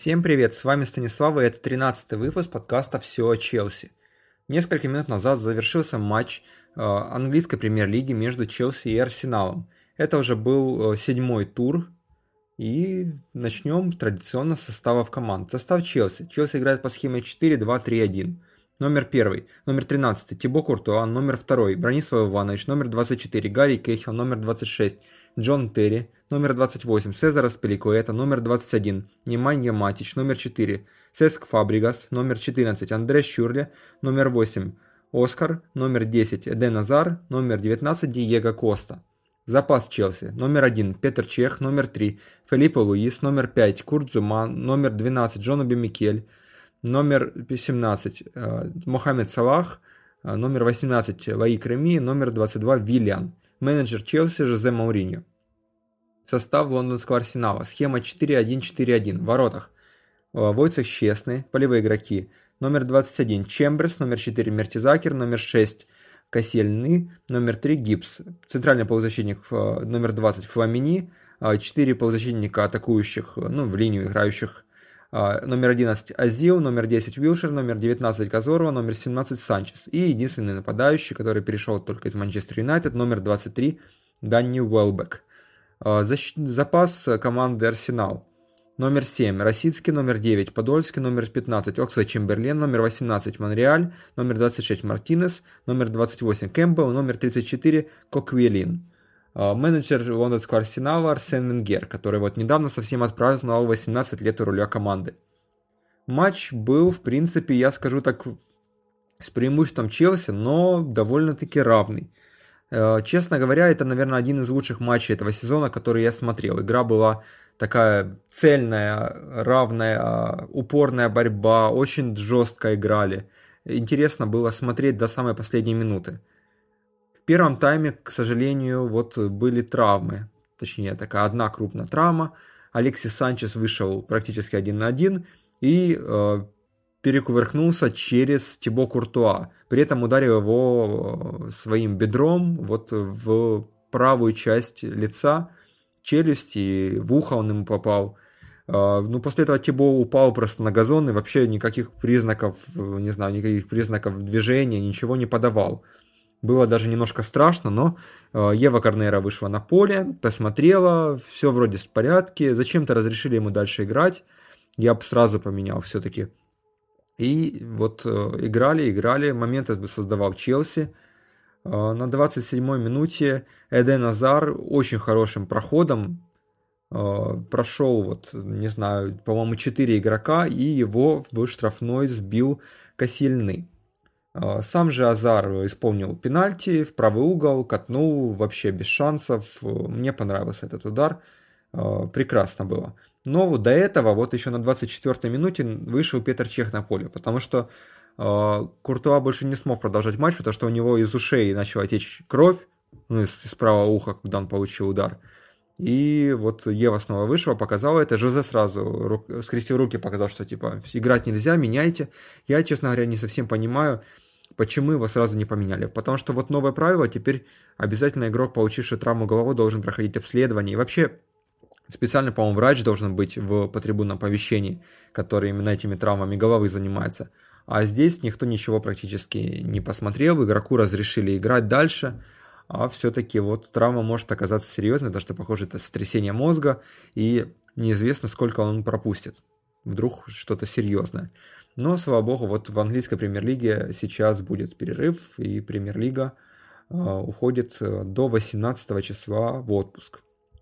Всем привет, с вами Станислав, и это 13-й выпуск подкаста «Все о Челси». Несколько минут назад завершился матч английской премьер-лиги между Челси и Арсеналом. Это уже был 7-й тур, и начнем традиционно с составов команд. Состав Челси. Челси играет по схеме 4-2-3-1. Номер 1, номер 13 Тибо Куртуа, номер 2 Бранислав Иванович, номер 24 Гарри Кейхел, номер 26 Джон Терри, номер 28 Сезар Аспиликуэта, номер 21 Неманья Матич, номер 4 Сеск Фабригас, номер 14 Андре Щурле, номер 8 Оскар, номер 10 Эден Азар, номер 19 Диего Коста. Запас Челси. Номер 1 Петр Чех, номер 3 Фелипе Луис, номер 5 Курт Зума, номер 12 Джоноби Микель, номер 17 Мохаммед Салах, номер 18 Ваик Реми, номер 22 Виллиан. Менеджер Челси Жозе Мауриньо. Состав лондонского Арсенала. Схема 4-1-4-1. В воротах Войцех Щесный, полевые игроки. Номер 21 Чемберс, номер 4 Мертизакер, номер 6 Косельны, номер 3 Гибс. Центральный полузащитник номер 20 Фламини, 4 полузащитника атакующих, в линию играющих. Номер 11 Азил, номер 10 Вилшер, номер 19 Казорова, номер 17 Санчес. И единственный нападающий, который перешел только из Манчестер Юнайтед, номер 23 Данни Уэлбек. Запас команды Арсенал. Номер 7 Росицкий, номер 9 Подольский, номер 15 Оксфорд Чемберлен, номер 18 Монреаль, номер 26 Мартинес, номер 28 Кэмпбелл, номер 34 Коквелин. Менеджер лондонского Арсенала Арсен Венгер, который недавно совсем отпраздновал 18 лет у руля команды. Матч был, в принципе, я скажу так, с преимуществом Челси, но довольно-таки равный. Честно говоря, это, наверное, один из лучших матчей этого сезона, который я смотрел. Игра была такая цельная, равная, упорная борьба, очень жестко играли. Интересно было смотреть до самой последней минуты. В первом тайме, к сожалению, были травмы. Точнее, такая одна крупная травма. Алексис Санчес вышел практически 1 на 1 и перекувыркнулся через Тибо Куртуа. При этом ударил его своим бедром в правую часть лица, челюсть, и в ухо он ему попал. После этого Тибо упал просто на газон и вообще никаких признаков движения, ничего не подавал. Было даже немножко страшно, но Ева Корнера вышла на поле, посмотрела, все вроде в порядке, зачем-то разрешили ему дальше играть, я бы сразу поменял все-таки. И играли, моменты создавал Челси. На 27-й минуте Эден Азар очень хорошим проходом прошел, по-моему, 4 игрока, и его в штрафной сбил Косельны. Сам же Азар исполнил пенальти в правый угол, катнул вообще без шансов. Мне понравился этот удар. Прекрасно было. Но до этого, еще на 24-й минуте вышел Петр Чех на поле, потому что Куртуа больше не смог продолжать матч, потому что у него из ушей начала течь кровь, из правого уха, когда он получил удар. И Ева снова вышла, показала это. Жозе сразу скрестил руки, показал, что играть нельзя, меняйте. Я, честно говоря, не совсем понимаю, почему его сразу не поменяли. Потому что новое правило, теперь обязательно игрок, получивший травму головы, должен проходить обследование. И вообще специально, по-моему, врач должен быть по трибунном оповещении, который именно этими травмами головы занимается. А здесь никто ничего практически не посмотрел, игроку разрешили играть дальше. А все-таки травма может оказаться серьезной, потому что, похоже, это сотрясение мозга, и неизвестно, сколько он пропустит. Вдруг что-то серьезное. Но, слава богу, в английской премьер-лиге сейчас будет перерыв, и премьер-лига уходит до 18 числа в отпуск.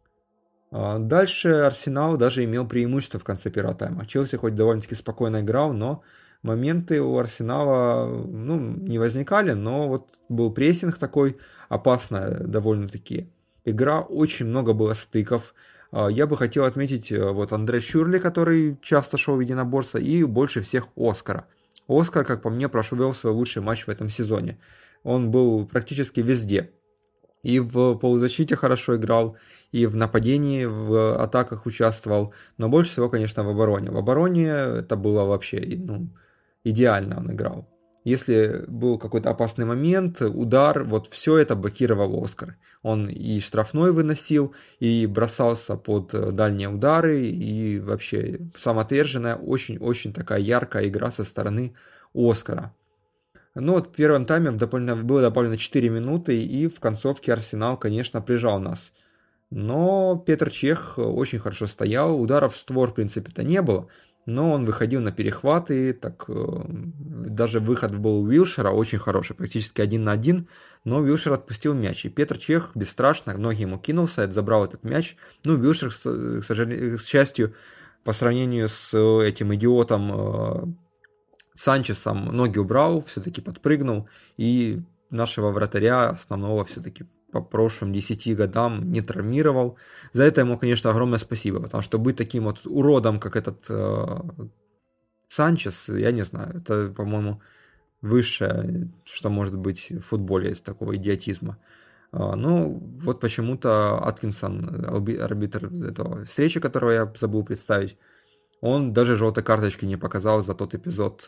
Дальше Арсенал даже имел преимущество в конце первого тайма. Челси хоть довольно-таки спокойно играл, но моменты у Арсенала не возникали, но был прессинг такой, опасная довольно-таки игра, очень много было стыков. Я бы хотел отметить Андре Щурли, который часто шел в единоборство, и больше всех Оскара. Оскар, как по мне, провел свой лучший матч в этом сезоне. Он был практически везде. И в полузащите хорошо играл, и в нападении, в атаках участвовал, но больше всего, конечно, в обороне. В обороне это было вообще, идеально он играл. Если был какой-то опасный момент, удар, вот все это блокировал Оскар. Он и штрафной выносил, и бросался под дальние удары, и вообще самоотверженная, очень-очень такая яркая игра со стороны Оскара. Ну вот в первом тайме было добавлено 4 минуты, и в концовке Арсенал, конечно, прижал нас. Но Петр Чех очень хорошо стоял, ударов в створ, в принципе-то, не было, но он выходил на перехваты, так даже выход был у Уилшера очень хороший, практически 1-1, но Уилшер отпустил мяч, и Петр Чех бесстрашно, ноги ему кинулся, забрал этот мяч. Ну, Уилшер, к счастью, по сравнению с этим идиотом Санчесом, ноги убрал, все-таки подпрыгнул, и нашего вратаря основного все-таки по прошлым 10 годам не травмировал. За это ему, конечно, огромное спасибо, потому что быть таким вот уродом, как этот Санчес, я не знаю, это, по-моему, высшее, что может быть в футболе из такого идиотизма. Ну, вот почему-то Аткинсон, арбитр этого встречи, которого я забыл представить, он даже желтой карточки не показал за тот эпизод.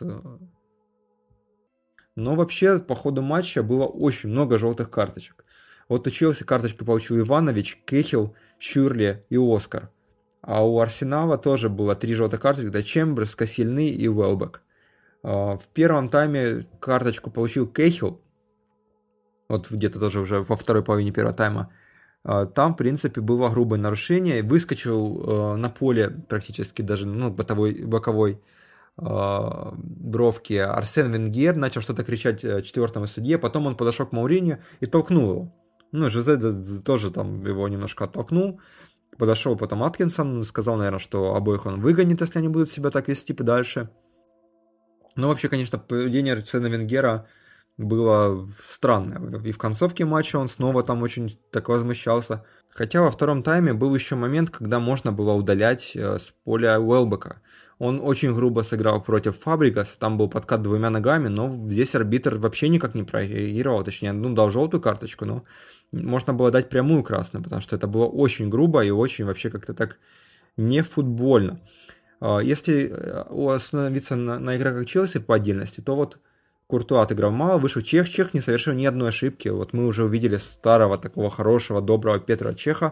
Но вообще по ходу матча было очень много желтых карточек. Вот у Челси карточки получил Иванович, Кехил, Шюрли и Оскар. А у Арсенала тоже было 3 желтых карточки, это Чемберс, Косильный и Уэлбек. В первом тайме карточку получил Кехил, вот где-то тоже уже во второй половине первого тайма. Там, в принципе, было грубое нарушение, выскочил на поле практически даже, боковой бровки Арсен Венгер, начал что-то кричать четвертому судье, потом он подошел к Мауриньо и толкнул его. Ну, Жозе тоже там его немножко оттолкнул. Подошел потом Аткинсон, сказал, наверное, что обоих он выгонит, если они будут себя так вести дальше. Но вообще, конечно, поведение Арсена Венгера было странное. И в концовке матча он снова там очень так возмущался. Хотя во втором тайме был еще момент, когда можно было удалять с поля Уэлбека. Он очень грубо сыграл против Фабригаса, там был подкат 2 ногами, но здесь арбитр вообще никак не прореагировал, точнее, дал желтую карточку, но можно было дать прямую красную, потому что это было очень грубо и очень вообще как-то так не футбольно. Если остановиться на игроках Челси по отдельности, то вот Куртуа отыграл мало, вышел Чех, Чех не совершил ни одной ошибки. Вот мы уже увидели старого такого хорошего, доброго Петра Чеха,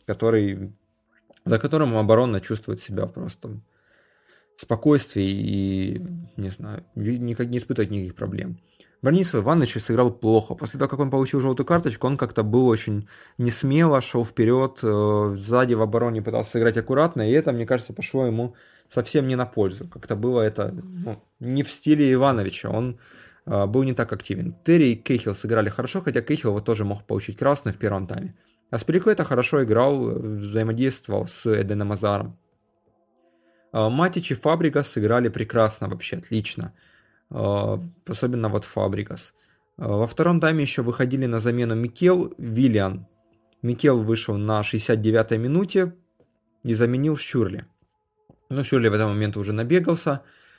за которым оборона чувствует себя просто спокойствие и, не знаю, не испытывать никаких проблем. Бронислав Иванович сыграл плохо. После того, как он получил желтую карточку, он как-то был очень несмело, шел вперед, сзади в обороне пытался сыграть аккуратно, и это, мне кажется, пошло ему совсем не на пользу. Как-то было это не в стиле Ивановича, он был не так активен. Терри и Кейхил сыграли хорошо, хотя Кейхил вот тоже мог получить красную в первом тайме. Аспиликуэта хорошо играл, взаимодействовал с Эденом Азаром. Матич и Фабригас сыграли прекрасно, вообще отлично. Особенно вот Фабригас. Во втором тайме еще выходили на замену Микел, Виллиан. Микел вышел на 69-й минуте и заменил Шюрли. Но Шюрли в этот момент уже набегался.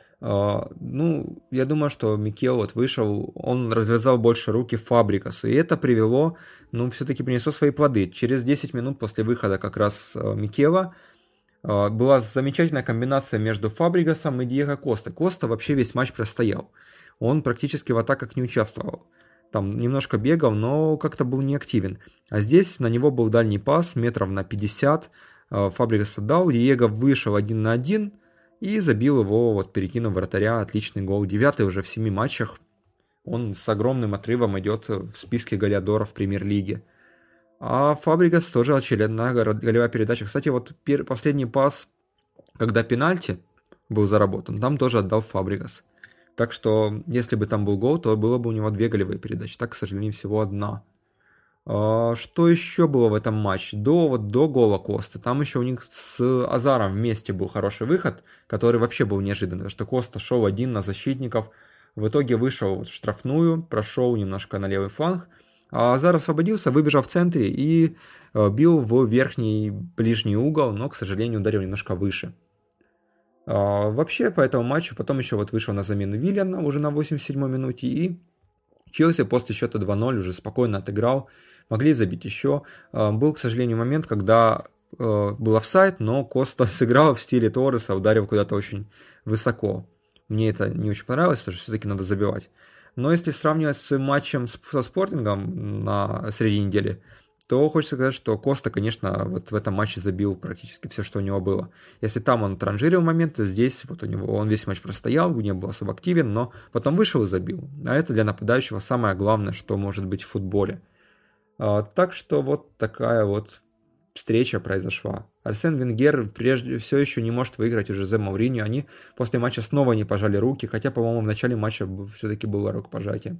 Я думаю, что Микел вот вышел, он развязал больше руки Фабригасу. И это привело, все-таки принесло свои плоды. Через 10 минут после выхода как раз Микела была замечательная комбинация между Фабригасом и Диего Коста. Коста вообще весь матч простоял. Он практически в атаках не участвовал. Там немножко бегал, но как-то был неактивен. А здесь на него был дальний пас метров на 50. Фабригас отдал, Диего вышел 1 на 1 и забил его, вот перекинув вратаря. Отличный гол. 9-й уже в 7 матчах. Он с огромным отрывом идет в списке голеадоров премьер-лиги. А Фабригас тоже очередная голевая передача. Кстати, вот последний пас, когда пенальти был заработан, там тоже отдал Фабригас. Так что, если бы там был гол, то было бы у него 2 голевые передачи. Так, к сожалению, всего 1. Что еще было в этом матче? До гола Косты. Там еще у них с Азаром вместе был хороший выход, который вообще был неожиданный. Потому что Коста шел один на защитников. В итоге вышел в штрафную, прошел немножко на левый фланг. А Азар освободился, выбежал в центре и бил в верхний ближний угол, но, к сожалению, ударил немножко выше. Вообще, по этому матчу потом еще вот вышел на замену Виллиана уже на 87-й минуте, и Челси после счета 2-0 уже спокойно отыграл, могли забить еще. Был, к сожалению, момент, когда был офсайд, но Коста сыграл в стиле Торреса, ударил куда-то очень высоко. Мне это не очень понравилось, потому что все-таки надо забивать. Но если сравнивать с матчем со Спортингом на среди недели, то хочется сказать, что Коста, конечно, вот в этом матче забил практически все, что у него было. Если там он транжирил момент, то здесь вот у него он весь матч простоял, не был особо активен, но потом вышел и забил. А это для нападающего самое главное, что может быть в футболе. Так что вот такая вот встреча произошла. Арсен Венгер прежде все еще не может выиграть у Жозе Мауриньо. Они после матча снова не пожали руки, хотя, по-моему, в начале матча все-таки было рукопожатие.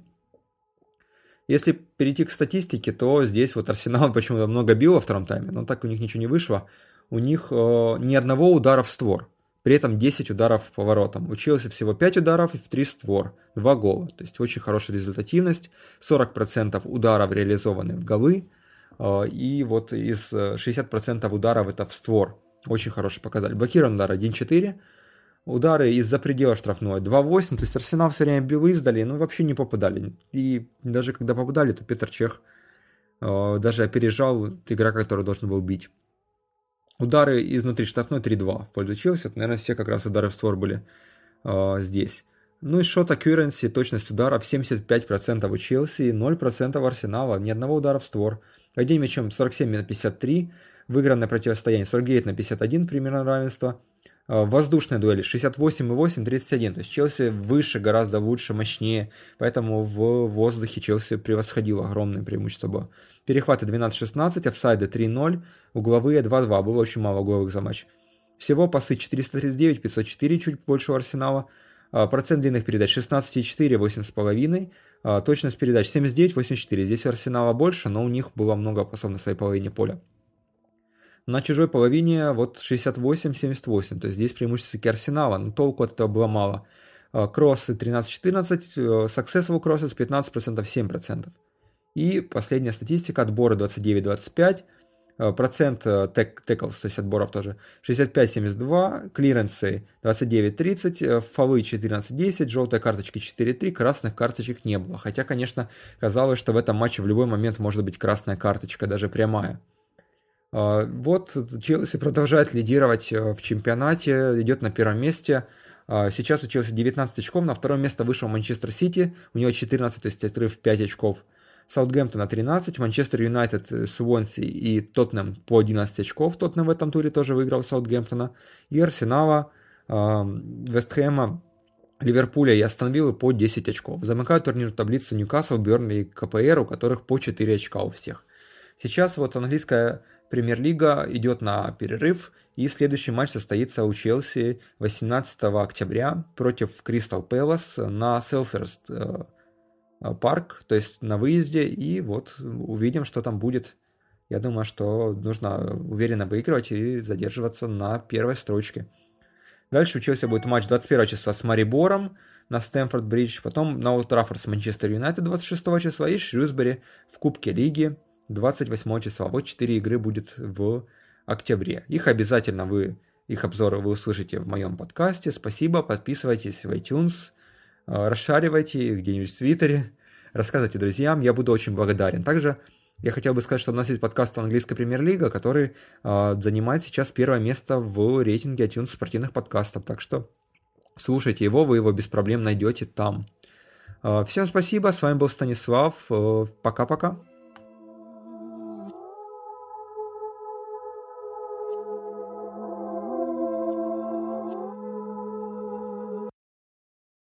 Если перейти к статистике, то здесь вот Арсенал почему-то много бил во втором тайме, но так у них ничего не вышло. У них ни одного удара в створ, при этом 10 ударов по воротам. У Челси всего 5 ударов и в 3 створ, 2 гола. То есть очень хорошая результативность, 40% ударов реализованы в голы, и вот из 60% ударов это в створ. Очень хороший показатель. Блокированный удар 1-4. Удары из-за предела штрафной 2-8, то есть Арсенал все время бил издали, но вообще не попадали. И даже когда попадали, то Петр Чех даже опережал игрока, который должен был бить. Удары изнутри штрафной 3-2 в пользу Челси. Это, наверное, все как раз удары в створ были здесь. Ну и шот accuracy, точность ударов 75% у Челси, 0% у Арсенала, ни одного удара в створ. Один мячом 47-53, выигранное противостояние 49-51, примерно равенство. Воздушные дуэли 68,8, 31. То есть Челси выше, гораздо лучше, мощнее. Поэтому в воздухе Челси превосходил, огромное преимущество было. Перехваты 12-16, офсайды 3-0, угловые 2-2. Было очень мало угловых за матч. Всего пасы 439, 504, чуть больше у Арсенала. Процент длинных передач 16,4, 8,5. Точность передач 79, 84. Здесь у Арсенала больше, но у них было много пасов на своей половине поля. На чужой половине вот 68-78, то есть здесь преимущество все-таки Арсенала, но толку от этого было мало. Кроссы 13-14, successful crosses 15%, 7%. И последняя статистика, отборы 29-25, процент tackles, то есть отборов тоже 65-72, клиренсы 29-30, фолы 14-10, желтые карточки 4-3, красных карточек не было. Хотя, конечно, казалось, что в этом матче в любой момент может быть красная карточка, даже прямая. Вот Челси продолжает лидировать в чемпионате, идет на первом месте. Сейчас у Челси 19 очков, на второе место вышел Манчестер Сити, у него 14, то есть отрыв 5 очков. Саутгемптона 13, Манчестер Юнайтед, Суонси и Тоттенхэм по 11 очков. Тоттенхэм в этом туре тоже выиграл Саутгемптона. И Арсенала, Вестхэма, Ливерпуля и Астон Виллы по 10 очков. Замыкают турнир таблицу Ньюкасл, Бернли и КПР, у которых по 4 очка у всех. Сейчас вот английская Премьер-лига идет на перерыв, и следующий матч состоится у Челси 18 октября против Кристал Пэлас на Селхерст парк, то есть на выезде, и вот увидим, что там будет. Я думаю, что нужно уверенно выигрывать и задерживаться на первой строчке. Дальше у Челси будет матч 21 числа с Марибором на Стэмфорд-Бридж, потом на Олд Траффорд с Манчестер Юнайтед 26 числа и Шрюсбери в Кубке Лиги 28 числа. Вот 4 игры будет в октябре. Их обзоры вы услышите в моем подкасте. Спасибо, подписывайтесь в iTunes, расшаривайте где-нибудь в Твиттере, рассказывайте друзьям, я буду очень благодарен. Также я хотел бы сказать, что у нас есть подкаст «Английская премьер-лига», который занимает сейчас первое место в рейтинге iTunes спортивных подкастов. Так что слушайте его, вы его без проблем найдете там. Всем спасибо, с вами был Станислав, пока-пока.